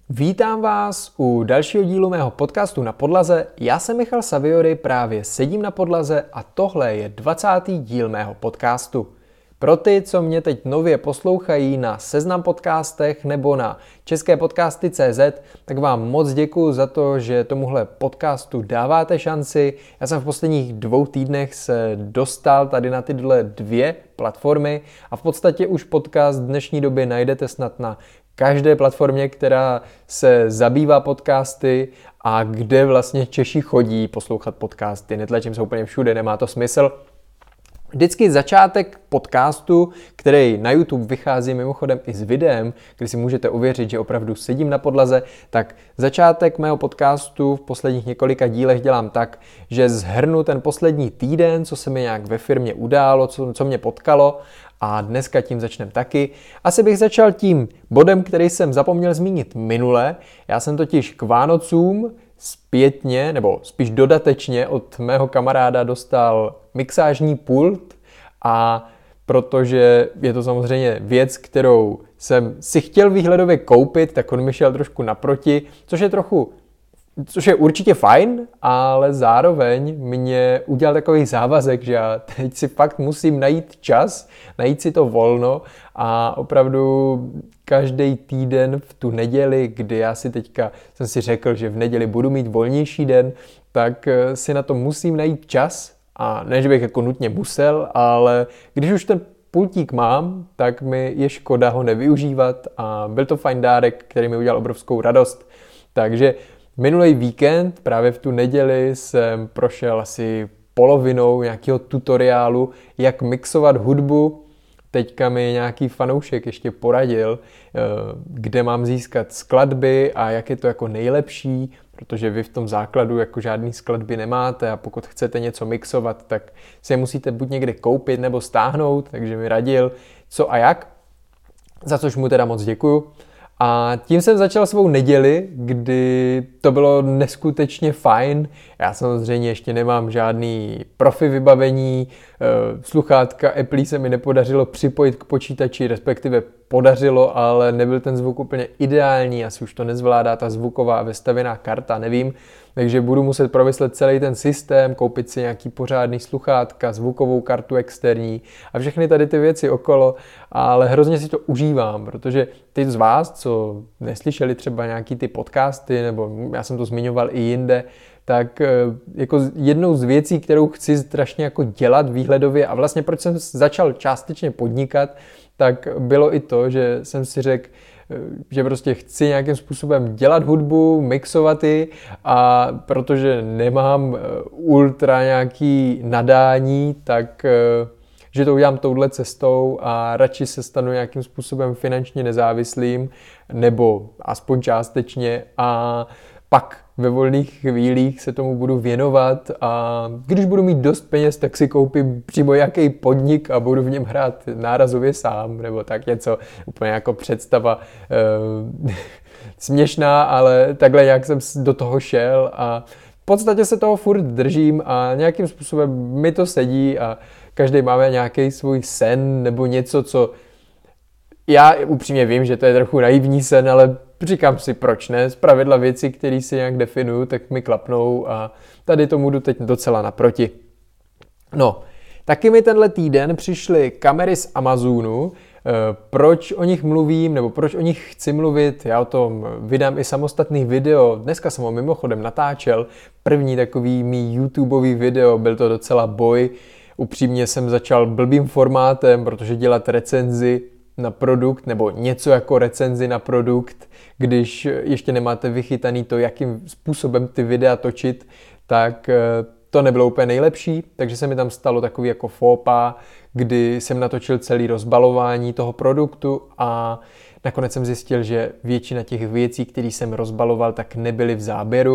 Vítám vás u dalšího dílu mého podcastu Na podlaze. Já jsem Michal Saviory, právě sedím na podlaze a tohle je 20. díl mého podcastu. Pro ty, co mě teď nově poslouchají na Seznam podcastech nebo na česképodcasty.cz, tak vám moc děkuju za to, že tomuhle podcastu dáváte šanci. Já jsem v posledních 2 týdnech se dostal tady na tyhle 2 platformy a v podstatě už podcast v dnešní době najdete snad na každé platformě, která se zabývá podcasty a kde vlastně Češi chodí poslouchat podcasty. Netlačím se úplně všude, nemá to smysl. Vždycky začátek podcastu, který na YouTube vychází mimochodem i s videem, kdy si můžete ověřit, že opravdu sedím na podlaze, tak začátek mého podcastu v posledních několika dílech dělám tak, že shrnu ten poslední týden, co se mi nějak ve firmě událo, co mě potkalo, a dneska tím začneme taky. Asi bych začal tím bodem, který jsem zapomněl zmínit minule. Já jsem totiž k Vánocům zpětně, nebo spíš dodatečně od mého kamaráda dostal mixážní pult a protože je to samozřejmě věc, kterou jsem si chtěl výhledově koupit, tak on mi šel trošku naproti, což je určitě fajn, ale zároveň mě udělal takový závazek, že já teď si fakt musím najít čas, najít si to volno a opravdu každý týden v tu neděli, kdy já si teďka jsem si řekl, že v neděli budu mít volnější den, tak si na to musím najít čas a ne, že bych jako nutně musel, ale když už ten pultík mám, tak mi je škoda ho nevyužívat a byl to fajn dárek, který mi udělal obrovskou radost. Takže minulý víkend, právě v tu neděli, jsem prošel asi polovinou nějakého tutoriálu, jak mixovat hudbu. Teďka mi nějaký fanoušek ještě poradil, kde mám získat skladby a jak je to jako nejlepší, protože vy v tom základu jako žádný skladby nemáte a pokud chcete něco mixovat, tak si je musíte buď někde koupit nebo stáhnout, takže mi radil co a jak, za což mu teda moc děkuju. A tím jsem začal svou neděli, kdy to bylo neskutečně fajn. Já samozřejmě ještě nemám žádný profi vybavení, sluchátka Apple se mi nepodařilo připojit k počítači, respektive podařilo, ale nebyl ten zvuk úplně ideální, asi už to nezvládá ta zvuková vestavěná karta, nevím. Takže budu muset provyslet celý ten systém, koupit si nějaký pořádný sluchátka, zvukovou kartu externí a všechny tady ty věci okolo, ale hrozně si to užívám, protože ty z vás, co neslyšeli třeba nějaký ty podcasty, nebo já jsem to zmiňoval i jinde, tak jako jednou z věcí, kterou chci strašně jako dělat výhledově a vlastně proč jsem začal částečně podnikat, tak bylo i to, že jsem si řekl, že prostě chci nějakým způsobem dělat hudbu, mixovat ji a protože nemám ultra nějaký nadání, tak že to udělám touhle cestou a radši se stanu nějakým způsobem finančně nezávislým nebo aspoň částečně a pak ve volných chvílích se tomu budu věnovat a když budu mít dost peněz, tak si koupím přímo nějaký podnik a budu v něm hrát nárazově sám, nebo tak něco, úplně jako představa směšná, ale takhle nějak jsem do toho šel a v podstatě se toho furt držím a nějakým způsobem mi to sedí a každý máme nějaký svůj sen nebo něco, co já upřímně vím, že to je trochu naivní sen, ale říkám si, proč ne, zpravidla věci, které si nějak definuju, tak mi klapnou a tady tomu jdu teď docela naproti. No, taky mi tenhle týden přišly kamery z Amazonu, proč o nich mluvím, nebo proč o nich chci mluvit, já o tom vydám i samostatný video, dneska jsem ho mimochodem natáčel, první takový mý YouTubeový video, byl to docela boj, upřímně jsem začal blbým formátem, protože dělat recenzi na produkt nebo něco jako recenzi na produkt, když ještě nemáte vychytaný to, jakým způsobem ty videa točit, tak to nebylo úplně nejlepší, takže se mi tam stalo takový jako fópa, kdy jsem natočil celý rozbalování toho produktu a nakonec jsem zjistil, že většina těch věcí, které jsem rozbaloval, tak nebyly v záběru,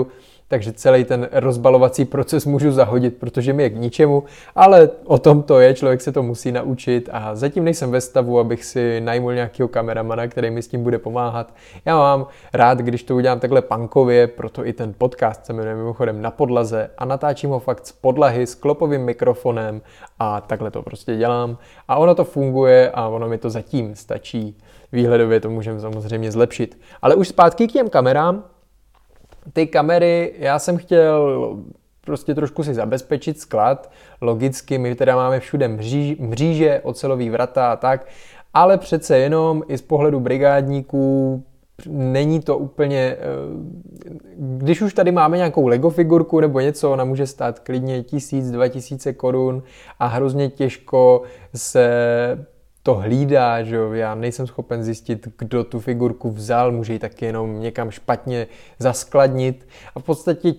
takže celý ten rozbalovací proces můžu zahodit, protože mi je k ničemu, ale o tom to je, člověk se to musí naučit a zatím nejsem ve stavu, abych si najmul nějakého kameramana, který mi s tím bude pomáhat. Já mám rád, když to udělám takhle punkově, proto i ten podcast se jmenuje mimochodem Na podlaze a natáčím ho fakt z podlahy s klopovým mikrofonem a takhle to prostě dělám a ono to funguje a ono mi to zatím stačí. Výhledově to můžeme samozřejmě zlepšit. Ale už zpátky k těm kamerám. Ty kamery, já jsem chtěl prostě trošku si zabezpečit sklad. Logicky, my teda máme všude mříže, ocelový vrata a tak, ale přece jenom i z pohledu brigádníků není to úplně, když už tady máme nějakou Lego figurku nebo něco, ona může stát klidně 1000–2000 korun a hrozně těžko se to hlídá, že jo, já nejsem schopen zjistit, kdo tu figurku vzal, může ji taky jenom někam špatně zaskladnit a v podstatě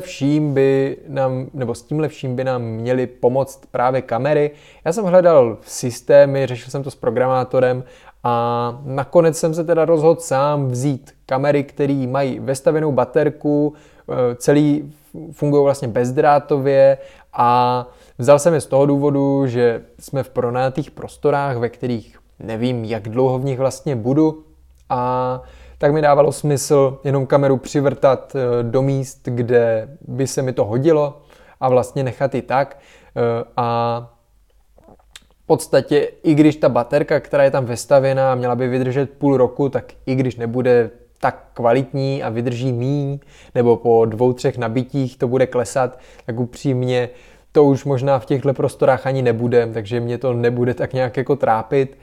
s tímhle vším by nám měly pomoct právě kamery. Já jsem hledal systémy, řešil jsem to s programátorem a nakonec jsem se teda rozhodl sám vzít kamery, které mají vestavěnou baterku, celý fungují vlastně bezdrátově a vzal jsem je z toho důvodu, že jsme v pronajatých prostorách, ve kterých nevím, jak dlouho v nich vlastně budu a tak mi dávalo smysl jenom kameru přivrtat do míst, kde by se mi to hodilo a vlastně nechat i tak a v podstatě, i když ta baterka, která je tam vestavěná, měla by vydržet půl roku, tak i když nebude tak kvalitní a vydrží míň, nebo po 2–3 nabitích to bude klesat, tak upřímně to už možná v těchto prostorách ani nebude, takže mě to nebude tak nějak jako trápit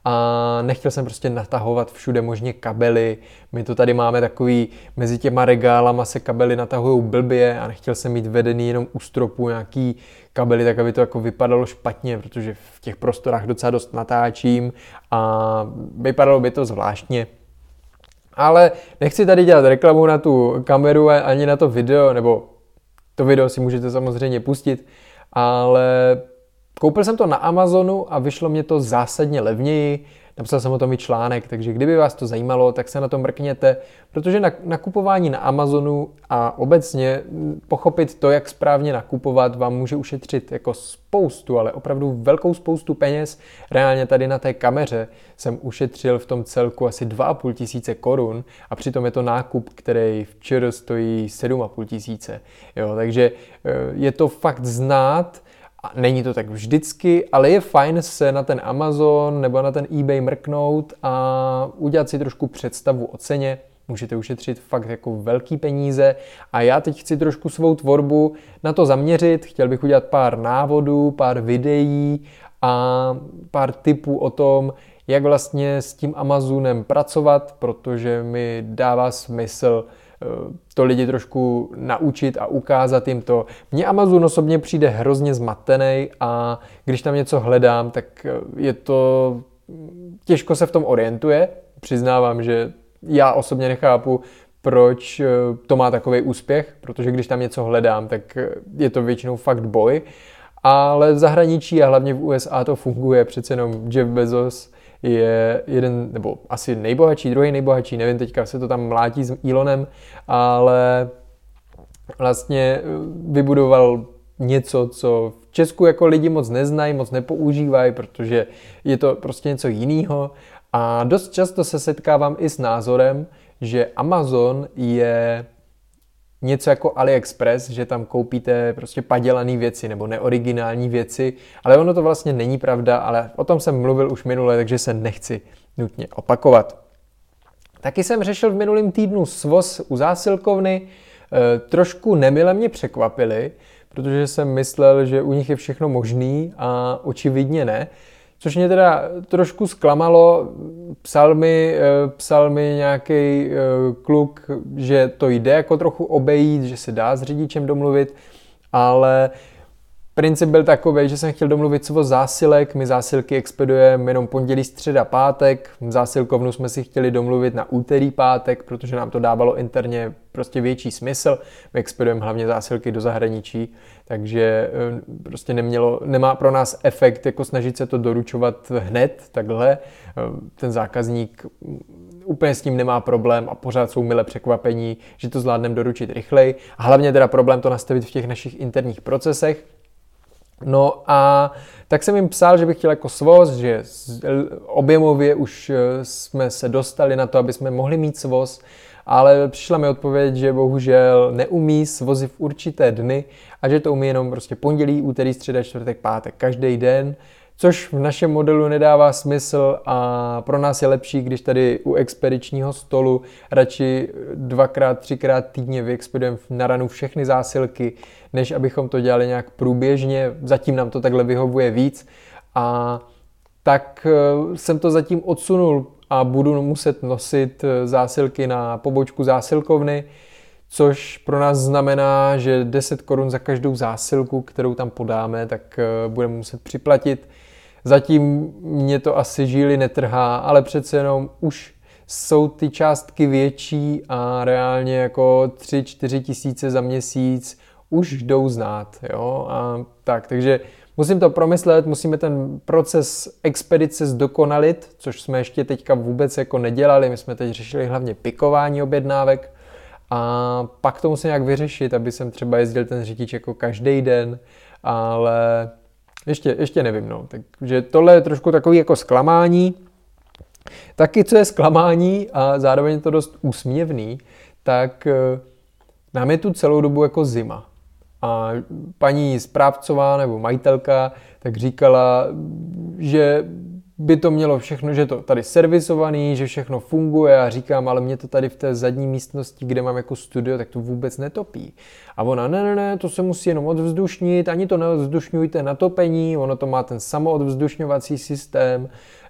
a nechtěl jsem prostě natahovat všude možně kabely. My to tady máme takový, mezi těma regálama se kabely natahujou blbě a nechtěl jsem mít vedený jenom u stropu nějaký kabely, tak aby to jako vypadalo špatně, protože v těch prostorách docela dost natáčím a vypadalo by to zvláštně. Ale nechci tady dělat reklamu na tu kameru ani na to video, nebo to video si můžete samozřejmě pustit, ale koupil jsem to na Amazonu a vyšlo mě to zásadně levněji. Napsal jsem o tom i článek, takže kdyby vás to zajímalo, tak se na to mrkněte, protože nakupování na Amazonu a obecně pochopit to, jak správně nakupovat, vám může ušetřit jako spoustu, ale opravdu velkou spoustu peněz. Reálně tady na té kameře jsem ušetřil v tom celku asi 2500 korun a přitom je to nákup, který včera stojí 7500. Jo, takže je to fakt znát. A není to tak vždycky, ale je fajn se na ten Amazon nebo na ten eBay mrknout a udělat si trošku představu o ceně. Můžete ušetřit fakt jako velký peníze a já teď chci trošku svou tvorbu na to zaměřit. Chtěl bych udělat pár návodů, pár videí a pár tipů o tom, jak vlastně s tím Amazonem pracovat, protože mi dává smysl to lidi trošku naučit a ukázat jim to. Mně Amazon osobně přijde hrozně zmatený a když tam něco hledám, tak je to těžko se v tom orientuje. Přiznávám, že já osobně nechápu, proč to má takový úspěch, protože když tam něco hledám, tak je to většinou fakt boj. Ale v zahraničí a hlavně v USA to funguje, přece jenom Jeff Bezos je jeden, nebo asi nejbohatší, druhý nejbohatší, nevím, teďka se to tam mlátí s Elonem, ale vlastně vybudoval něco, co v Česku jako lidi moc neznají, moc nepoužívají, protože je to prostě něco jiného. A dost často se setkávám i s názorem, že Amazon je něco jako AliExpress, že tam koupíte prostě padělané věci nebo neoriginální věci, ale ono to vlastně není pravda, ale o tom jsem mluvil už minule, takže se nechci nutně opakovat. Taky jsem řešil v minulém týdnu svoz u zásilkovny, trošku nemile mě překvapili, protože jsem myslel, že u nich je všechno možný a očividně ne. Což mě teda trošku zklamalo, psal mi nějaký kluk, že to jde jako trochu obejít, že se dá s řidičem domluvit, ale princip byl takový, že jsem chtěl domluvit svoz zásilek, my zásilky expedujeme jenom pondělí, středa, pátek, zásilkovnu jsme si chtěli domluvit na úterý, pátek, protože nám to dávalo interně prostě větší smysl, my expedujeme hlavně zásilky do zahraničí, takže prostě nemá pro nás efekt jako snažit se to doručovat hned, takhle, ten zákazník úplně s tím nemá problém a pořád jsou mile překvapení, že to zvládneme doručit rychleji. A hlavně teda problém to nastavit v těch našich interních procesech. No a tak jsem jim psal, že bych chtěl jako svoz, že objemově už jsme se dostali na to, aby jsme mohli mít svoz, ale přišla mi odpověď, že bohužel neumí svozy v určité dny a že to umí jenom prostě pondělí, úterý, středa, čtvrtek, pátek, každý den, což v našem modelu nedává smysl a pro nás je lepší, když tady u expedičního stolu radši 2x, 3x týdně vyexpedujeme na ranu všechny zásilky, než abychom to dělali nějak průběžně. Zatím nám to takhle vyhovuje víc a tak jsem to zatím odsunul a budu muset nosit zásilky na pobočku zásilkovny, což pro nás znamená, že 10 korun za každou zásilku, kterou tam podáme, tak budeme muset připlatit. Zatím mě to asi žíly netrhá, ale přece jenom už jsou ty částky větší a reálně jako 3-4 tisíce za měsíc už jdou znát. Jo? A tak, takže musím to promyslet, musíme ten proces expedice zdokonalit, což jsme ještě teďka vůbec jako nedělali, my jsme teď řešili hlavně pikování objednávek a pak to musím nějak vyřešit, aby jsem třeba jezdil ten řidič jako každý den, ale ještě nevím, no. Takže tohle je trošku takový jako zklamání. Taky, co je zklamání a zároveň je to dost úsměvný, tak nám je tu celou dobu jako zima. A paní správcová nebo majitelka tak říkala, že by to mělo všechno, že je to tady servisovaný, že všechno funguje a říkám, ale mě to tady v té zadní místnosti, kde mám jako studio, tak to vůbec netopí. A ona, ne, to se musí jenom odvzdušnit, ani to neodvzdušňujte na topení, ono to má ten samoodvzdušňovací systém,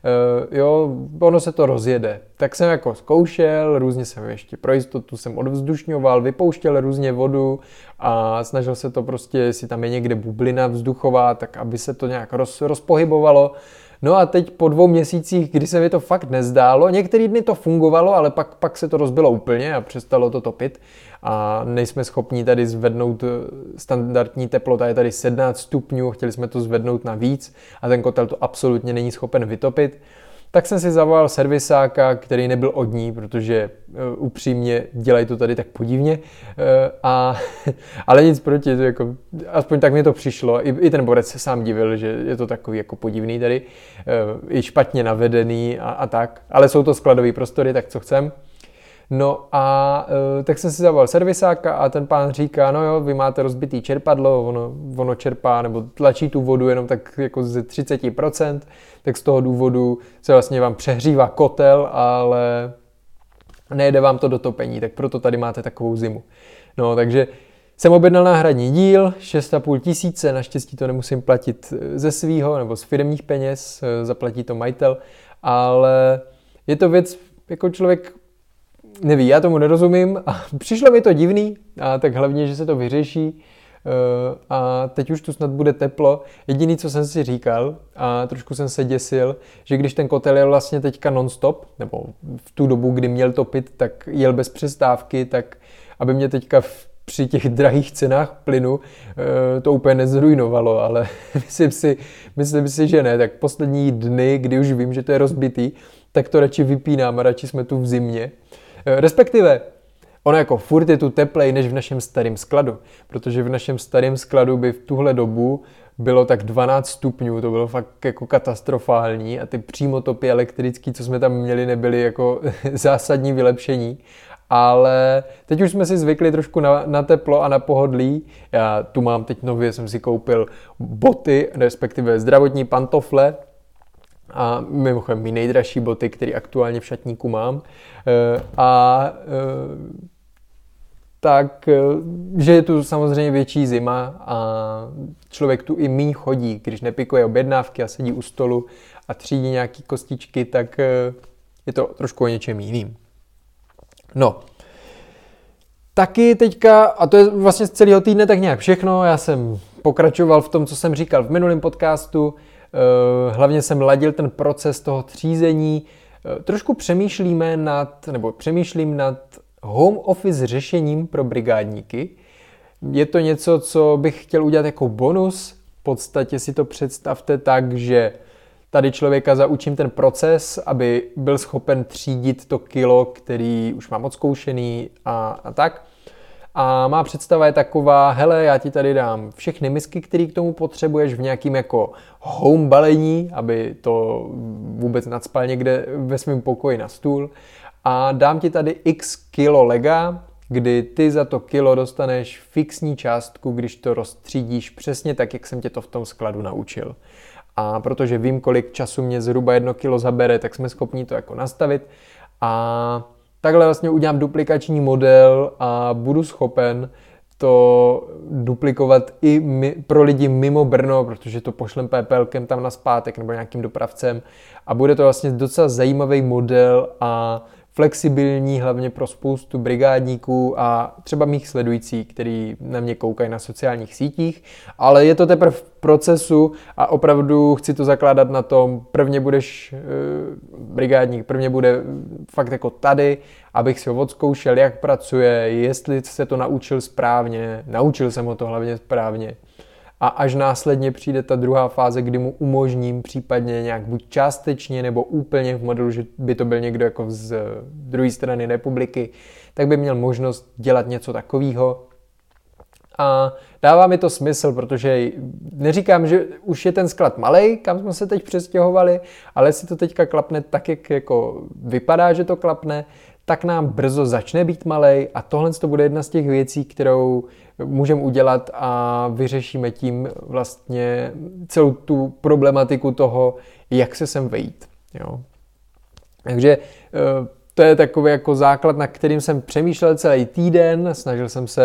jo, ono se to rozjede. Tak jsem jako zkoušel, různě jsem ještě pro jistotu jsem odvzdušňoval, vypouštěl různě vodu a snažil se to prostě, jestli tam je někde bublina vzduchová, tak aby se to nějak rozpohybovalo. No a teď po 2 měsících, kdy se mi to fakt nezdálo, některý dny to fungovalo, ale pak se to rozbilo úplně a přestalo to topit a nejsme schopni tady zvednout, standardní teplota je tady 17 stupňů, chtěli jsme to zvednout na víc a ten kotel to absolutně není schopen vytopit. Tak jsem si zavolal servisáka, který nebyl od ní, protože upřímně dělají to tady tak podivně. Ale nic proti, jako, aspoň tak mi to přišlo. I ten borec se sám divil, že je to takový jako podivný tady, i špatně navedený a tak. Ale jsou to skladové prostory, tak co chcem. No a tak jsem si zavolal servisáka a ten pán říká, no jo, vy máte rozbitý čerpadlo, ono čerpá nebo tlačí tu vodu jenom tak jako ze 30%, tak z toho důvodu se vlastně vám přehřívá kotel, ale nejde vám to do topení, tak proto tady máte takovou zimu. No takže jsem objednal náhradní díl, 6,5 tisíce, naštěstí to nemusím platit ze svýho nebo z firemních peněz, zaplatí to majitel, ale je to věc, jako člověk neví, já tomu nerozumím a přišlo mi to divný, a tak hlavně, že se to vyřeší a teď už tu snad bude teplo. Jediný, co jsem si říkal a trošku jsem se děsil, že když ten kotel je vlastně teďka non-stop, nebo v tu dobu, kdy měl topit, tak jel bez přestávky, tak aby mě teďka při těch drahých cenách plynu to úplně nezrujnovalo, ale myslím si, že ne. Tak poslední dny, kdy už vím, že to je rozbitý, tak to radši vypínám a radši jsme tu v zimě. Respektive, ono jako furt je tu teplej než v našem starém skladu, protože v našem starém skladu by v tuhle dobu bylo tak 12 stupňů, to bylo fakt jako katastrofální a ty přímotopy elektrický, co jsme tam měli, nebyly jako zásadní vylepšení, ale teď už jsme si zvykli trošku na teplo a na pohodlí. Já tu mám teď nově, jsem si koupil boty, respektive zdravotní pantofle, a mimochodem mý nejdražší boty, které aktuálně v šatníku mám. Že je tu samozřejmě větší zima a člověk tu i míň chodí, když nepikuje objednávky a sedí u stolu a třídí nějaký kostičky, tak je to trošku o něčem jiným. No, taky teďka, a to je vlastně z celého týdne tak nějak všechno, já jsem pokračoval v tom, co jsem říkal v minulém podcastu, hlavně jsem ladil ten proces toho třízení, trošku přemýšlím nad home office řešením pro brigádníky. Je to něco, co bych chtěl udělat jako bonus, v podstatě si to představte tak, že tady člověka zaučím ten proces, aby byl schopen třídit to kilo, který už mám odzkoušený a tak. A má představa je taková, hele, já ti tady dám všechny misky, které k tomu potřebuješ v nějakým jako home balení, aby to vůbec nacpal někde ve svém pokoji na stůl. A dám ti tady x kilo lega, kdy ty za to kilo dostaneš fixní částku, když to rozstřídíš přesně tak, jak jsem tě to v tom skladu naučil. A protože vím, kolik času mě zhruba 1 kilo zabere, tak jsme schopni to jako nastavit. A takhle vlastně udělám duplikační model a budu schopen to duplikovat i pro lidi mimo Brno, protože to pošlem PPLkem tam nazpátek nebo nějakým dopravcem. A bude to vlastně docela zajímavý model a flexibilní hlavně pro spoustu brigádníků a třeba mých sledujících, kteří na mě koukají na sociálních sítích, ale je to teprve v procesu a opravdu chci to zakládat na tom, prvně budeš brigádník, prvně bude fakt jako tady, abych si ho odzkoušel, jak pracuje, jestli se to naučil správně, naučil jsem ho to hlavně správně. A až následně přijde ta druhá fáze, kdy mu umožním případně nějak buď částečně nebo úplně v modelu, že by to byl někdo jako z druhé strany republiky, tak by měl možnost dělat něco takového. A dává mi to smysl, protože neříkám, že už je ten sklad malej, kam jsme se teď přestěhovali, ale jestli to teďka klapne tak, jak jako vypadá, že to klapne, tak nám brzo začne být malej a tohle to bude jedna z těch věcí, kterou můžeme udělat a vyřešíme tím vlastně celou tu problematiku toho, jak se sem vejít. Jo. Takže to je takový jako základ, na kterým jsem přemýšlel celý týden, snažil jsem se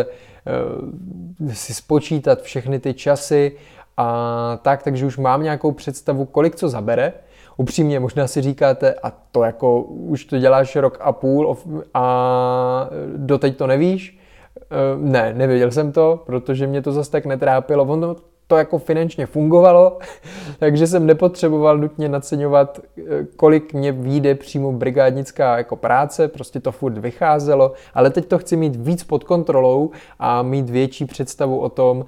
si spočítat všechny ty časy a tak, takže už mám nějakou představu, kolik co zabere. Upřímně, možná si říkáte, a to jako už to děláš rok a půl a doteď to nevíš? Ne, nevěděl jsem to, protože mě to zase tak netrápilo. Ono to jako finančně fungovalo, takže jsem nepotřeboval nutně naceňovat, kolik mě vyjde přímo brigádnická jako práce, prostě to furt vycházelo, ale teď to chci mít víc pod kontrolou a mít větší představu o tom,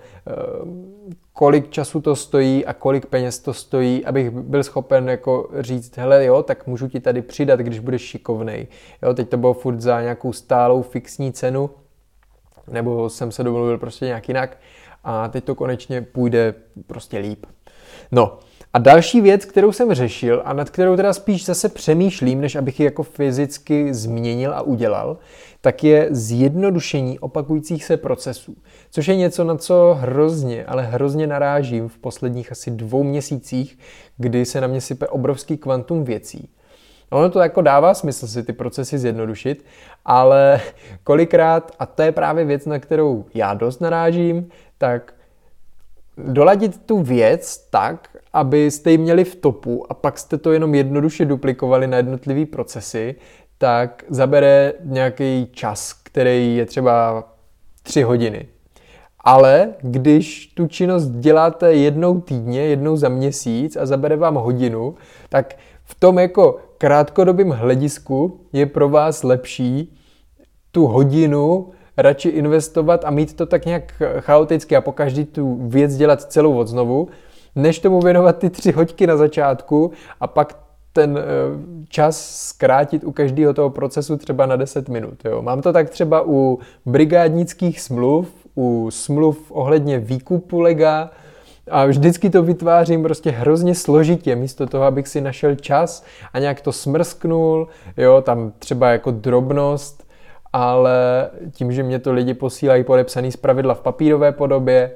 kolik času to stojí a kolik peněz to stojí, abych byl schopen jako říct, hele jo, tak můžu ti tady přidat, když budeš šikovnej. Jo, teď to bylo furt za nějakou stálou fixní cenu, nebo jsem se domluvil prostě nějak jinak a teď to konečně půjde prostě líp. No a další věc, kterou jsem řešil a nad kterou teda spíš zase přemýšlím, než abych ji jako fyzicky změnil a udělal, tak je zjednodušení opakujících se procesů. Což je něco, na co hrozně narážím v posledních asi 2 měsících, kdy se na mě sype obrovský kvantum věcí. Ono to jako dává smysl si ty procesy zjednodušit, ale kolikrát, a to je právě věc, na kterou já dost narážím, tak doladit tu věc tak, abyste ji měli v topu a pak jste to jenom jednoduše duplikovali na jednotlivý procesy, tak zabere nějaký čas, který je třeba 3 hodiny. Ale když tu činnost děláte jednou týdně, jednou za měsíc a zabere vám hodinu, tak v tom jako krátkodobém hledisku je pro vás lepší tu hodinu radši investovat a mít to tak nějak chaoticky a pokaždý tu věc dělat celou od znovu, než tomu věnovat ty 3 hoďky na začátku a pak ten čas zkrátit u každého toho procesu třeba na 10 minut. Jo. Mám to tak třeba u brigádnických smluv, u smluv ohledně výkupu lega a vždycky to vytvářím prostě hrozně složitě, místo toho, abych si našel čas a nějak to smrsknul, jo, tam třeba jako drobnost, ale tím, že mě to lidi posílají podepsaný zpravidla v papírové podobě,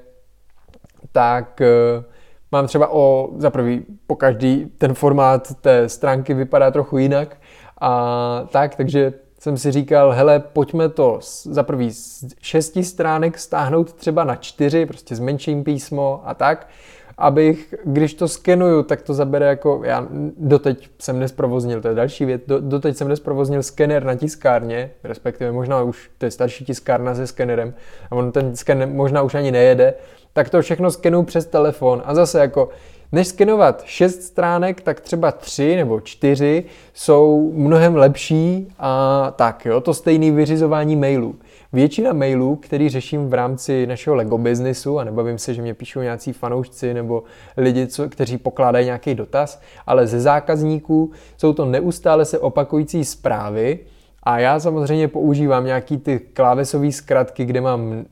tak mám třeba za prvý po každý ten formát té stránky vypadá trochu jinak a tak, takže jsem si říkal, hele, pojďme to za prvý z 6 stránek stáhnout třeba na 4, prostě zmenším písmo a tak, abych, když to skenuju, tak to zabere jako, já doteď jsem nesprovoznil, to je další věc, doteď jsem nesprovoznil skener na tiskárně, respektive možná už to je starší tiskárna se skenerem a on ten skener možná už ani nejede, tak to všechno skenuju přes telefon a zase jako Než skenovat 6 stránek, tak třeba 3 nebo 4 jsou mnohem lepší a tak, jo, to stejné vyřizování mailů. Většina mailů, který řeším v rámci našeho Lego biznisu, a nebavím se, že mě píšou nějací fanoušci nebo lidi, kteří pokládají nějaký dotaz, ale ze zákazníků jsou to neustále se opakující zprávy a já samozřejmě používám nějaký ty klávesové zkratky, kde mám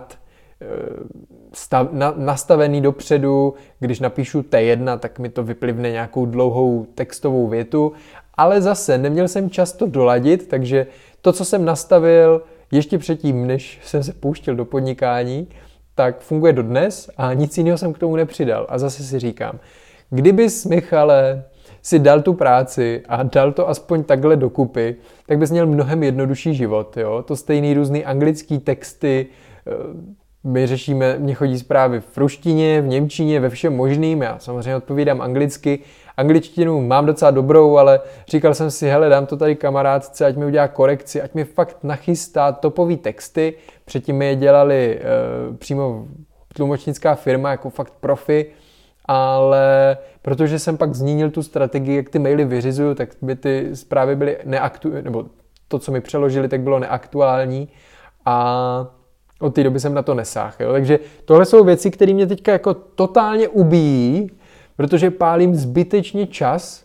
nastavený dopředu, když napíšu T1, tak mi to vyplivne nějakou dlouhou textovou větu, ale zase neměl jsem čas to doladit, takže to, co jsem nastavil ještě předtím, než jsem se pouštěl do podnikání, tak funguje dodnes a nic jiného jsem k tomu nepřidal. A zase si říkám, kdybys, Michale, si dal tu práci a dal to aspoň takhle dokupy, tak bys měl mnohem jednodušší život. Jo? To stejný různý anglický texty, mě chodí zprávy v ruštině, v němčině, ve všem možným, já samozřejmě odpovídám anglicky. Angličtinu mám docela dobrou, ale říkal jsem si, hele, dám to tady kamarádce, ať mi udělá korekci, ať mi fakt nachystá topový texty. Předtím mi je dělali přímo tlumočnická firma, jako fakt profi, ale protože jsem pak změnil tu strategii, jak ty maily vyřizuju, tak by ty zprávy byly nebo to, co mi přeložili, tak bylo neaktuální a od té doby jsem na to nesáhl. Jo? Takže tohle jsou věci, které mě teďka jako totálně ubíjí, protože pálím zbytečně čas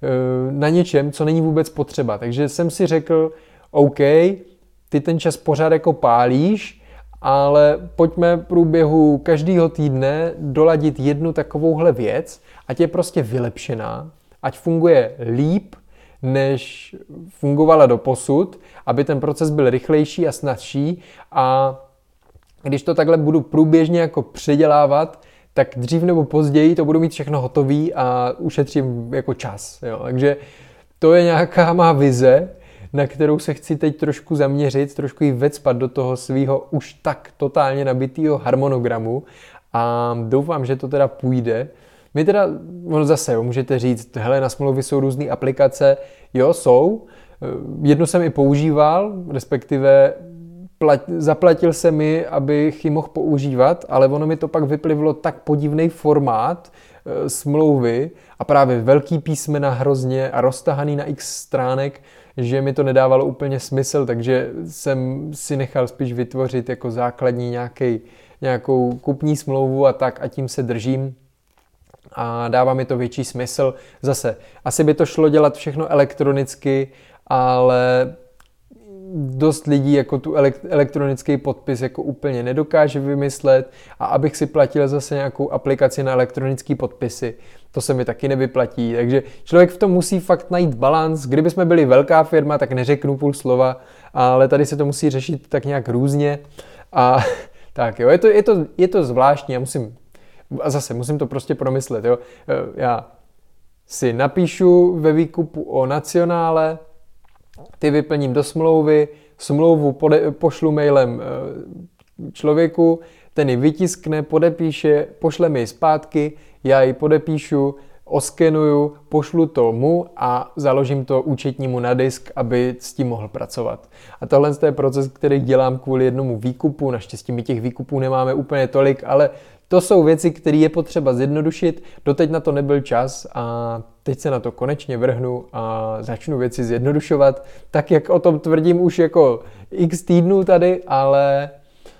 na něčem, co není vůbec potřeba. Takže jsem si řekl, OK, ty ten čas pořád jako pálíš, ale pojďme v průběhu každého týdne doladit jednu takovouhle věc, ať je prostě vylepšená, ať funguje líp, než fungovala doposud, aby ten proces byl rychlejší a snazší a když to takhle budu průběžně jako předělávat, tak dřív nebo později to budu mít všechno hotový a ušetřím jako čas. Jo. Takže to je nějaká má vize, na kterou se chci teď trošku zaměřit, trošku ji vecpat do toho svého už tak totálně nabitého harmonogramu a doufám, že to teda půjde. My teda, zase, můžete říct, hele, na smlouvy jsou různé aplikace, jo, jsou. Jednu jsem i používal, respektive zaplatil se mi, abych ji mohl používat, ale ono mi to pak vyplivlo tak podivný formát smlouvy a právě velký písmena hrozně a roztahaný na x stránek, že mi to nedávalo úplně smysl, takže jsem si nechal spíš vytvořit jako základní nějakou kupní smlouvu a tak a tím se držím a dává mi to větší smysl. Zase, asi by to šlo dělat všechno elektronicky, ale dost lidí jako tu elektronický podpis jako úplně nedokáže vymyslet a abych si platil zase nějakou aplikaci na elektronický podpisy, to se mi taky nevyplatí, takže člověk v tom musí fakt najít balans. Kdyby jsme byli velká firma, tak neřeknu půl slova, ale tady se to musí řešit tak nějak různě a tak jo, je to zvláštní, musím to prostě promyslet, jo. Já si napíšu ve výkupu o nacionále, ty vyplním do smlouvy, smlouvu pošlu mailem člověku, ten ji vytiskne, podepíše, pošle mi ji zpátky, já ji podepíšu, oskenuju, pošlu to mu a založím to účetnímu na disk, aby s tím mohl pracovat. A tohle je proces, který dělám kvůli jednomu výkupu, naštěstí my těch výkupů nemáme úplně tolik, ale to jsou věci, které je potřeba zjednodušit, doteď na to nebyl čas a teď se na to konečně vrhnu a začnu věci zjednodušovat, tak jak o tom tvrdím už jako x týdnů tady, ale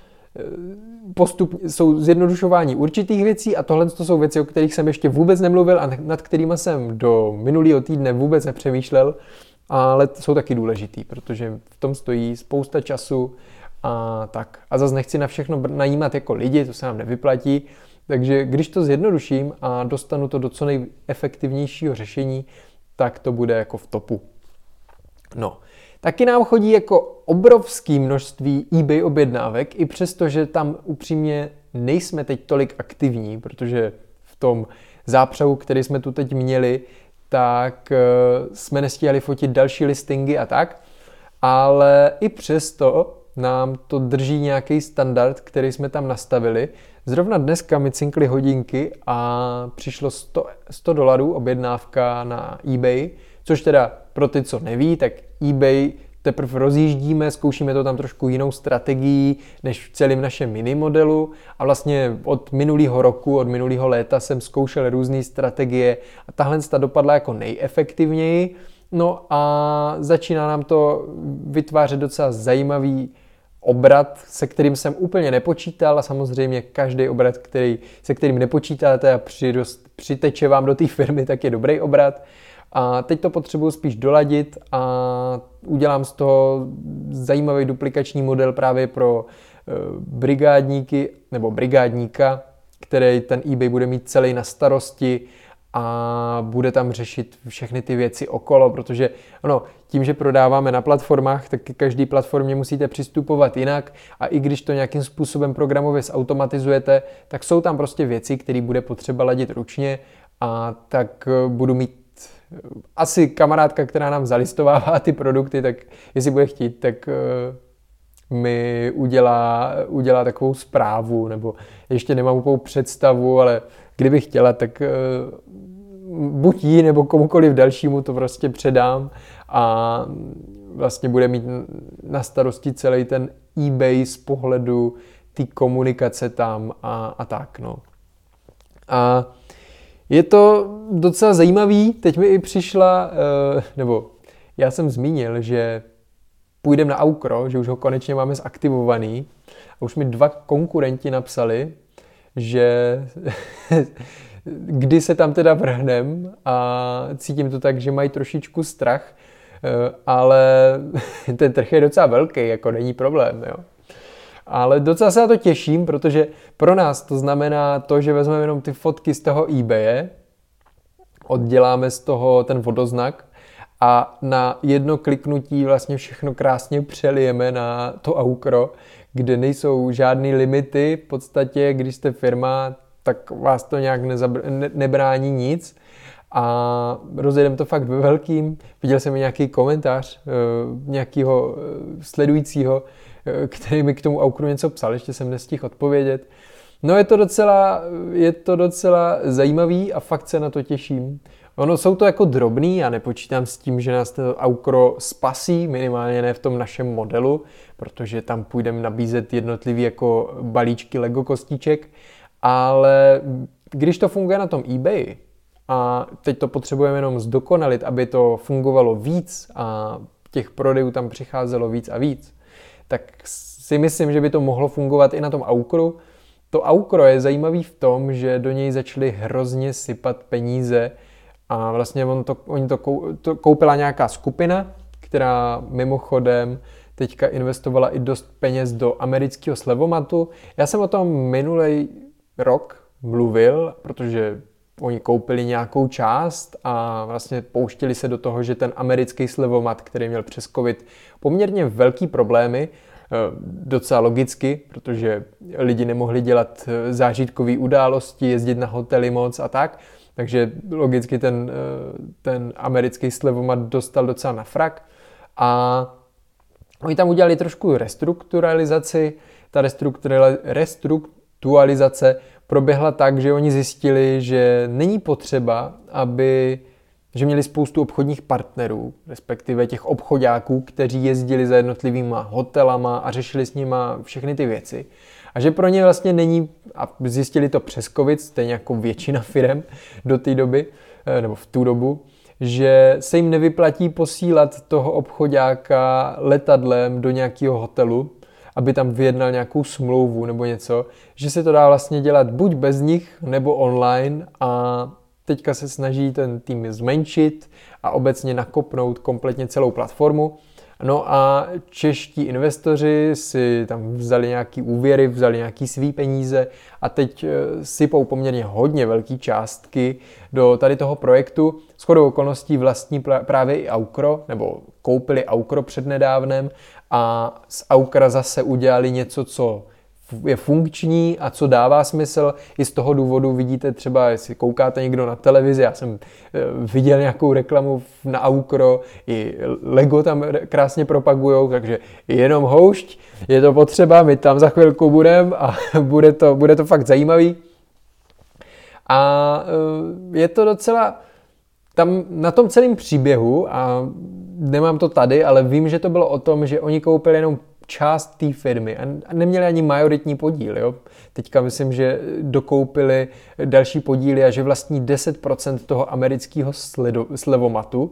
jsou zjednodušování určitých věcí a tohle to jsou věci, o kterých jsem ještě vůbec nemluvil a nad kterými jsem do minulého týdne vůbec nepřemýšlel, ale jsou taky důležitý, protože v tom stojí spousta času a tak. A zase nechci na všechno najímat jako lidi, to se nám nevyplatí, takže když to zjednoduším a dostanu to do co nejefektivnějšího řešení, tak to bude jako v topu. No, taky nám chodí jako obrovské množství eBay objednávek, i přesto, že tam upřímně nejsme teď tolik aktivní, protože v tom zápřahu, který jsme tu teď měli, tak jsme nestíhali fotit další listingy a tak, ale i přesto nám to drží nějaký standard, který jsme tam nastavili. Zrovna dneska mi cinkly hodinky a přišlo $100 objednávka na eBay, což teda pro ty, co neví, tak eBay teprve rozjíždíme, zkoušíme to tam trošku jinou strategií než v celém našem mini modelu a vlastně od minulého roku, od minulého léta jsem zkoušel různé strategie a tahle dopadla jako nejefektivněji. No a začíná nám to vytvářet docela zajímavý obrat, se kterým jsem úplně nepočítal a samozřejmě každý obrat, se kterým nepočítáte a přiteče vám do té firmy, tak je dobrý obrat. A teď to potřebuji spíš doladit a udělám z toho zajímavý duplikační model právě pro brigádníky nebo brigádníka, který ten eBay bude mít celý na starosti a bude tam řešit všechny ty věci okolo, protože tím, že prodáváme na platformách, tak k každé platformě musíte přistupovat jinak a i když to nějakým způsobem programově zautomatizujete, tak jsou tam prostě věci, které bude potřeba ladit ručně a tak budu mít asi kamarádka, která nám zalistovává ty produkty, tak jestli bude chtít, tak mi udělá takovou zprávu, nebo ještě nemám úplnou představu, ale kdybych chtěla, tak buď jí nebo komukoliv dalšímu to prostě předám a vlastně bude mít na starosti celý ten eBay z pohledu té komunikace tam a tak, no. A je to docela zajímavý, teď mi i přišla, nebo já jsem zmínil, že půjdeme na Aukro, že už ho konečně máme zaktivovaný a už mi 2 konkurenti napsali, že kdy se tam teda vrhnem a cítím to tak, že mají trošičku strach, ale ten trh je docela velký, jako není problém, jo. Ale docela se na to těším, protože pro nás to znamená to, že vezmeme jenom ty fotky z toho eBaye, odděláme z toho ten vodoznak a na jedno kliknutí vlastně všechno krásně přelijeme na to Aukro, kde nejsou žádný limity. V podstatě, když jste firma, tak vás to nějak nebrání nic a rozjedeme to fakt ve velkým. Viděl jsem nějaký komentář nějakého sledujícího, který mi k tomu Aukru něco psal, ještě jsem nestihl odpovědět. No je to docela zajímavý a fakt se na to těším. Jsou to jako drobný a nepočítám s tím, že nás to Aukro spasí, minimálně ne v tom našem modelu, protože tam půjdeme nabízet jednotlivý jako balíčky Lego kostiček, ale když to funguje na tom eBay a teď to potřebujeme jenom zdokonalit, aby to fungovalo víc a těch prodejů tam přicházelo víc a víc, tak si myslím, že by to mohlo fungovat i na tom Aukru. To Aukro je zajímavý v tom, že do něj začaly hrozně sypat peníze a vlastně oni to koupila nějaká skupina, která mimochodem teďka investovala i dost peněz do amerického slevomatu. Já jsem o tom minulý rok mluvil, protože oni koupili nějakou část a vlastně pouštili se do toho, že ten americký slevomat, který měl přes covid poměrně velký problémy, docela logicky, protože lidi nemohli dělat zážitkové události, jezdit na hotely moc a tak, takže logicky ten americký slevomat dostal docela na frak a oni tam udělali trošku restrukturalizaci. Ta restrukturalizace proběhla tak, že oni zjistili, že není potřeba, že měli spoustu obchodních partnerů, respektive těch obchodáků, kteří jezdili za jednotlivýma hotelama a řešili s nima všechny ty věci. A že pro ně vlastně není, a zjistili to přes covid, stejně jako většina firem do té doby, nebo v tu dobu, že se jim nevyplatí posílat toho obchodáka letadlem do nějakého hotelu, aby tam vyjednal nějakou smlouvu nebo něco, že se to dá vlastně dělat buď bez nich, nebo online a teďka se snaží ten tým zmenšit a obecně nakopnout kompletně celou platformu. No a čeští investoři si tam vzali nějaký úvěry, vzali nějaký svý peníze a teď sypou poměrně hodně velký částky do tady toho projektu. Shodou okolností vlastní právě i Aukro, nebo koupili Aukro přednedávnem a z Aukra zase udělali něco, co je funkční a co dává smysl. I z toho důvodu vidíte třeba, jestli koukáte někdo na televizi, já jsem viděl nějakou reklamu na Aukro, i Lego tam krásně propagujou, takže jenom houšť, je to potřeba, my tam za chvilku budeme a bude to fakt zajímavý. A je to docela tam na tom celém příběhu a nemám to tady, ale vím, že to bylo o tom, že oni koupili jenom část té firmy a neměli ani majoritní podíl. Jo? Teďka myslím, že dokoupili další podíly a že vlastní 10% toho amerického slevomatu.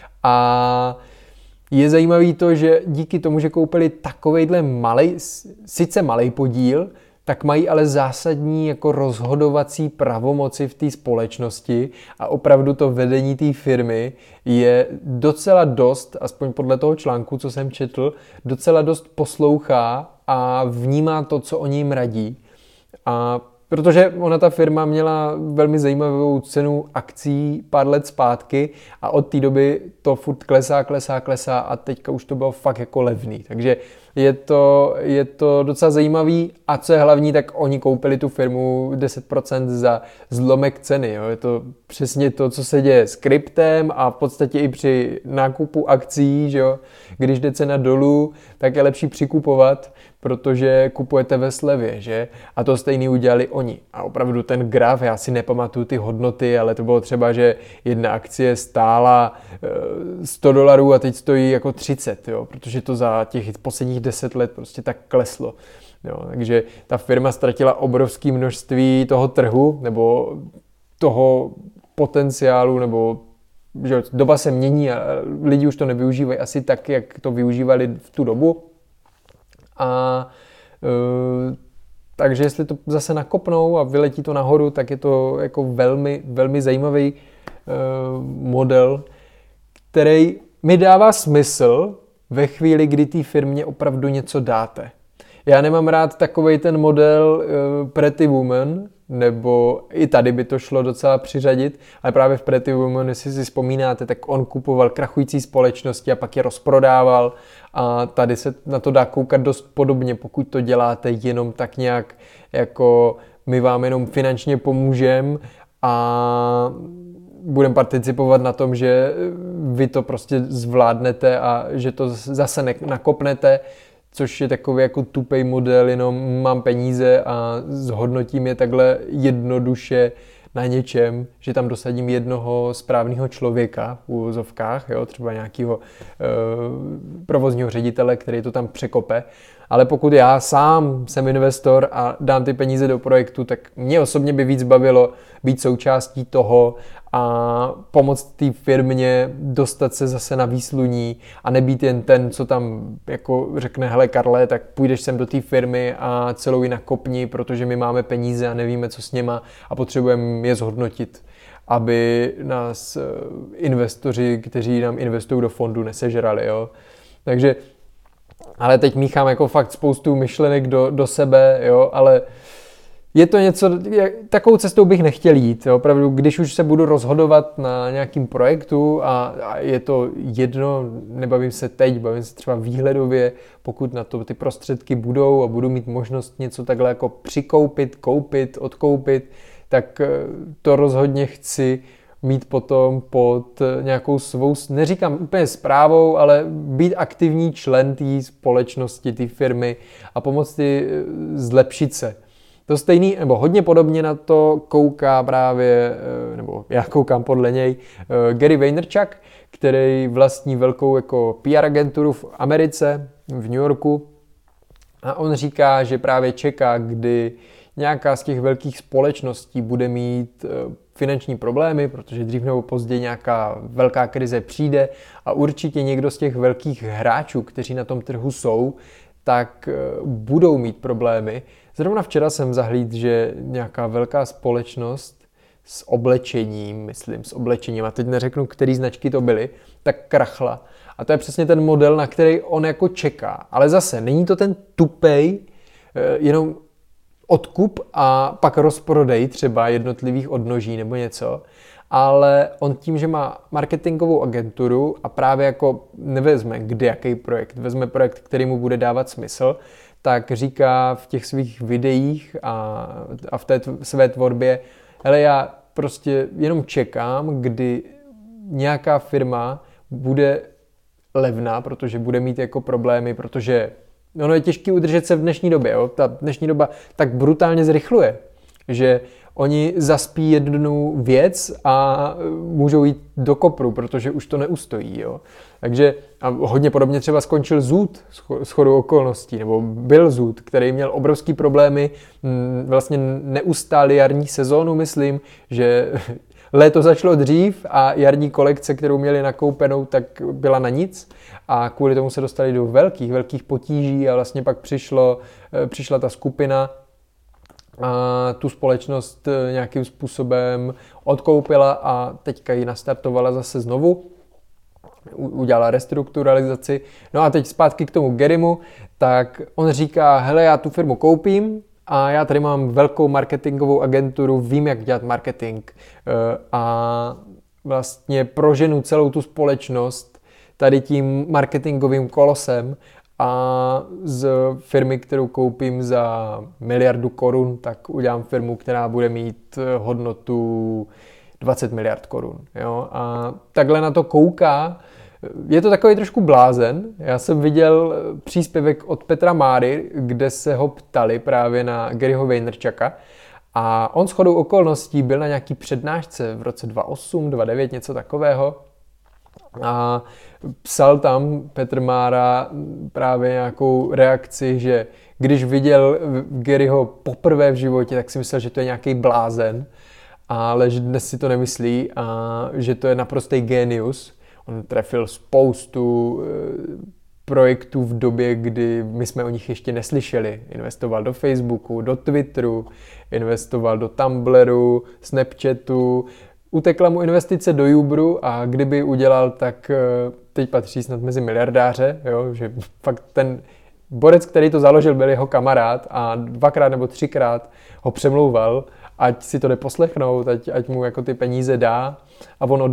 A je zajímavé to, že díky tomu, že koupili takovejhle sice malej podíl, tak mají ale zásadní jako rozhodovací pravomoci v té společnosti a opravdu to vedení té firmy je docela dost, aspoň podle toho článku, co jsem četl, docela dost poslouchá a vnímá to, co oni jim radí. A protože ona ta firma měla velmi zajímavou cenu akcí pár let zpátky a od té doby to furt klesá a teďka už to bylo fakt jako levný. Takže je to docela zajímavý a co je hlavní, tak oni koupili tu firmu 10% za zlomek ceny. Jo. Je to přesně to, co se děje s kryptem a v podstatě i při nákupu akcí, že jo. Když jde cena dolů, tak je lepší přikupovat, protože kupujete ve slevě, že? A to stejný udělali oni. A opravdu ten graf, já si nepamatuju ty hodnoty, ale to bylo třeba, že jedna akcie stála $100 a teď stojí jako 30, jo? Protože to za těch posledních 10 let prostě tak kleslo. Jo? Takže ta firma ztratila obrovské množství toho trhu, nebo toho potenciálu, nebo že doba se mění a lidi už to nevyužívají asi tak, jak to využívali v tu dobu. A takže jestli to zase nakopnou a vyletí to nahoru, tak je to jako velmi, velmi zajímavý model, který mi dává smysl ve chvíli, kdy té firmě opravdu něco dáte. Já nemám rád takovej ten model Pretty Woman, nebo i tady by to šlo docela přiřadit, ale právě v Pretty Woman, jestli si vzpomínáte, tak on kupoval krachující společnosti a pak je rozprodával a tady se na to dá koukat dost podobně, pokud to děláte jenom tak nějak, jako my vám jenom finančně pomůžeme a budeme participovat na tom, že vy to prostě zvládnete a že to zase nakopnete, což je takový jako tupej model, jenom mám peníze a zhodnotím je takhle jednoduše na něčem, že tam dosadím jednoho správného člověka v úvozovkách, jo, třeba nějakého provozního ředitele, který to tam překope. Ale pokud já sám jsem investor a dám ty peníze do projektu, tak mě osobně by víc bavilo být součástí toho a pomoct té firmě dostat se zase na výsluní a nebýt jen ten, co tam jako řekne, hele Karle, tak půjdeš sem do té firmy a celou ji nakopni, protože my máme peníze a nevíme, co s něma a potřebujeme je zhodnotit, aby nás investoři, kteří nám investují do fondu, nesežrali. Jo? Takže ale teď míchám jako fakt spoustu myšlenek do sebe, jo, ale je to něco, takovou cestou bych nechtěl jít. Jo. Opravdu, když už se budu rozhodovat na nějakým projektu a je to jedno, nebavím se teď, bavím se třeba výhledově, pokud na to ty prostředky budou a budu mít možnost něco takhle jako přikoupit, koupit, odkoupit, tak to rozhodně chci mít potom pod nějakou svou, neříkám úplně správou, ale být aktivní člen té společnosti, té firmy a pomoci zlepšit se. To stejný, nebo hodně podobně na to kouká právě, nebo já koukám podle něj, Gary Vaynerchuk, který vlastní velkou jako PR agenturu v Americe, v New Yorku. A on říká, že právě čeká, kdy nějaká z těch velkých společností bude mít finanční problémy, protože dřív nebo později nějaká velká krize přijde a určitě někdo z těch velkých hráčů, kteří na tom trhu jsou, tak budou mít problémy. Zrovna včera jsem zahlídl, že nějaká velká společnost s oblečením, a teď neřeknu, který značky to byly, tak krachla. A to je přesně ten model, na který on jako čeká. Ale zase, není to ten tupej, jenom odkup a pak rozprodej třeba jednotlivých odnoží nebo něco, ale on tím, že má marketingovou agenturu a právě jako nevezme jaký projekt, vezme projekt, který mu bude dávat smysl, tak říká v těch svých videích a v té své tvorbě, hele, já prostě jenom čekám, kdy nějaká firma bude levná, protože bude mít jako problémy, protože ono je těžké udržet se v dnešní době. Jo? Ta dnešní doba tak brutálně zrychluje. že oni zaspí jednu věc a můžou jít do kopru, protože už to neustojí. Jo? Takže a hodně podobně třeba skončil Zoot shodou okolností, nebo byl Zoot, který měl obrovský problémy, vlastně neustáli jarní sezónu, myslím, že léto začalo dřív a jarní kolekce, kterou měli nakoupenou, tak byla na nic a kvůli tomu se dostali do velkých potíží a vlastně pak přišla ta skupina a tu společnost nějakým způsobem odkoupila a teďka ji nastartovala zase znovu. Udělala restrukturalizaci. No a teď zpátky k tomu Garymu, tak on říká, hele, já tu firmu koupím a já tady mám velkou marketingovou agenturu, vím, jak dělat marketing a vlastně proženu celou tu společnost tady tím marketingovým kolosem a z firmy, kterou koupím za 1 miliardu korun, tak udělám firmu, která bude mít hodnotu 20 miliard korun. Jo? A takhle na to kouká. Je to takový trošku blázen. Já jsem viděl příspěvek od Petra Máry, kde se ho ptali právě na Garyho Vaynerchuka a on shodou okolností byl na nějaký přednášce v roce 2008, 2009, něco takového. A psal tam Petr Mára právě nějakou reakci, že když viděl Garyho poprvé v životě, tak si myslel, že to je nějaký blázen, ale že dnes si to nemyslí a že to je naprostý génius. On trefil spoustu projektů v době, kdy my jsme o nich ještě neslyšeli. Investoval do Facebooku, do Twitteru, investoval do Tumblru, Snapchatu, utekla mu investice do Uberu a kdyby udělal, tak teď patří snad mezi miliardáře, jo? Že fakt ten borec, který to založil, byl jeho kamarád a 2krát nebo 3krát ho přemlouval, ať si to jde poslechnout, ať mu jako ty peníze dá a on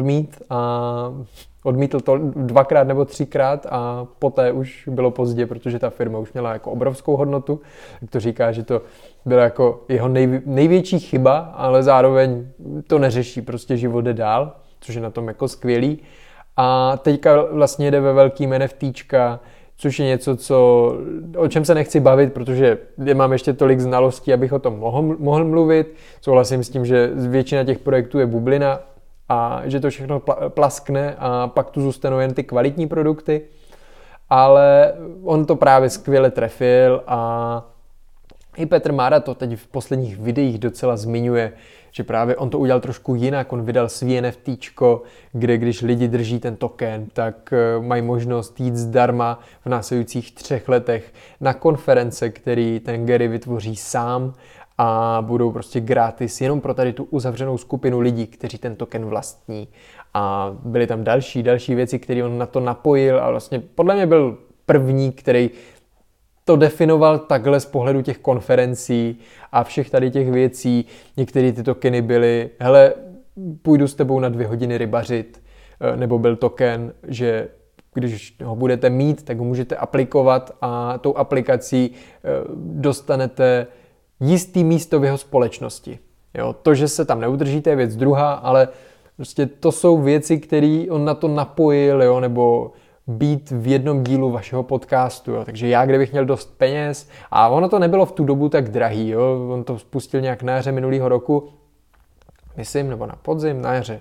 odmítl to 2krát nebo 3krát a poté už bylo pozdě, protože ta firma už měla jako obrovskou hodnotu. Tak to říká, že to byla jako jeho největší chyba, ale zároveň to neřeší, prostě život jde dál, což je na tom jako skvělý. A teďka vlastně jde ve velkým NFTčka, což je něco, o čem se nechci bavit, protože nemám ještě tolik znalostí, abych o tom mohl mluvit. Souhlasím s tím, že většina těch projektů je bublina a že to všechno plaskne a pak tu zůstanou jen ty kvalitní produkty. Ale on to právě skvěle trefil a i Petr Mára to teď v posledních videích docela zmiňuje, že právě on to udělal trošku jinak, on vydal svý NFTčko, kde když lidi drží ten token, tak mají možnost jít zdarma v následujících 3 letech na konference, který ten Gary vytvoří sám a budou prostě gratis jenom pro tady tu uzavřenou skupinu lidí, kteří ten token vlastní. A byly tam další věci, které on na to napojil a vlastně podle mě byl první, který to definoval takhle z pohledu těch konferencí a všech tady těch věcí. Některé ty tokeny byly, hele, půjdu s tebou na 2 hodiny rybařit, nebo byl token, že když ho budete mít, tak ho můžete aplikovat a tou aplikací dostanete jistý místo v jeho společnosti. Jo, to, že se tam neudržíte, je věc druhá, ale prostě to jsou věci, které on na to napojil, jo, nebo být v jednom dílu vašeho podcastu. Jo. Takže já, kdybych měl dost peněz, a ono to nebylo v tu dobu tak drahý, jo. On to spustil nějak na jaře minulého roku, myslím, nebo na podzim, na jaře.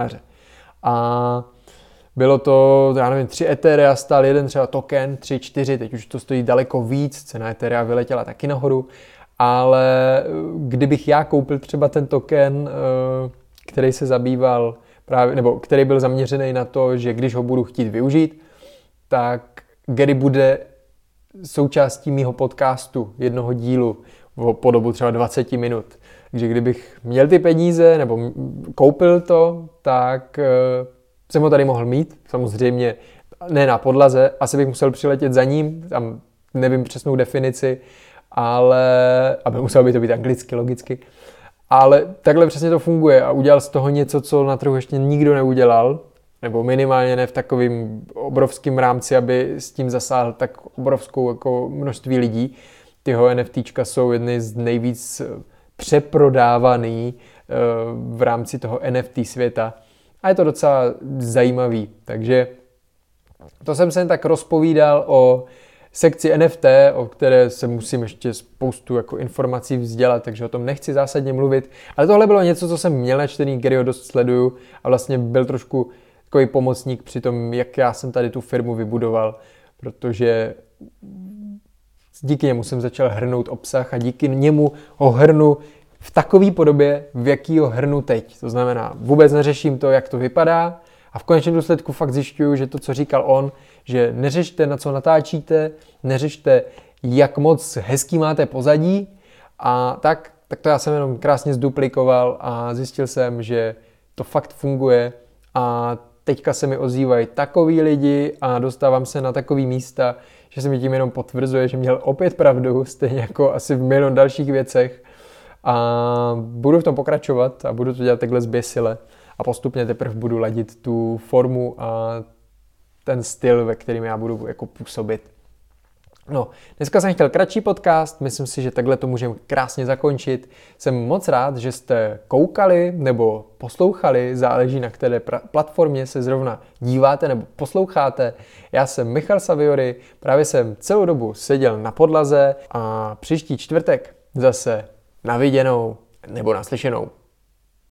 A bylo to, já nevím, 3 Etherea stál jeden třeba token, 3, 4, teď už to stojí daleko víc, cena Etherea vyletěla taky nahoru, ale kdybych já koupil třeba ten token, který se zabýval právě, nebo který byl zaměřený na to, že když ho budu chtít využít, tak Gary bude součástí mýho podcastu, jednoho dílu po dobu třeba 20 minut. Takže kdybych měl ty peníze nebo koupil to, tak jsem ho tady mohl mít. Samozřejmě ne na podlaze, asi bych musel přiletět za ním, tam nevím přesnou definici, ale aby muselo by to být anglicky, logicky. Ale takhle přesně to funguje a udělal z toho něco, co na trhu ještě nikdo neudělal, nebo minimálně ne v takovým obrovským rámci, aby s tím zasáhl tak obrovskou jako množství lidí. Tyho NFTčka jsou jedny z nejvíc přeprodávaný v rámci toho NFT světa a je to docela zajímavý. Takže to jsem se jen tak rozpovídal o sekci NFT, o které se musím ještě spoustu jako informací vzdělat, takže o tom nechci zásadně mluvit. Ale tohle bylo něco, co jsem měl načtený, Garyho dost sleduju a vlastně byl trošku takový pomocník při tom, jak já jsem tady tu firmu vybudoval, protože díky němu jsem začal hrnout obsah a díky němu ho hrnu v takové podobě, v jaký ho hrnu teď. To znamená, vůbec neřeším to, jak to vypadá a v konečném důsledku fakt zjišťuju, že to, co říkal on, že neřešte, na co natáčíte, neřešte, jak moc hezký máte pozadí a tak to já jsem jenom krásně zduplikoval a zjistil jsem, že to fakt funguje a teďka se mi ozývají takový lidi a dostávám se na takový místa, že se mi tím jenom potvrzuje, že měl opět pravdu, stejně jako asi v milion dalších věcech. A budu v tom pokračovat a budu to dělat takhle zběsile a postupně teprve budu ladit tu formu a ten styl, ve kterým já budu jako působit. No, dneska jsem chtěl kratší podcast, myslím si, že takhle to můžeme krásně zakončit. Jsem moc rád, že jste koukali nebo poslouchali, záleží na které platformě se zrovna díváte nebo posloucháte. Já jsem Michal Saviory, právě jsem celou dobu seděl na podlaze a příští čtvrtek zase na viděnou nebo naslyšenou.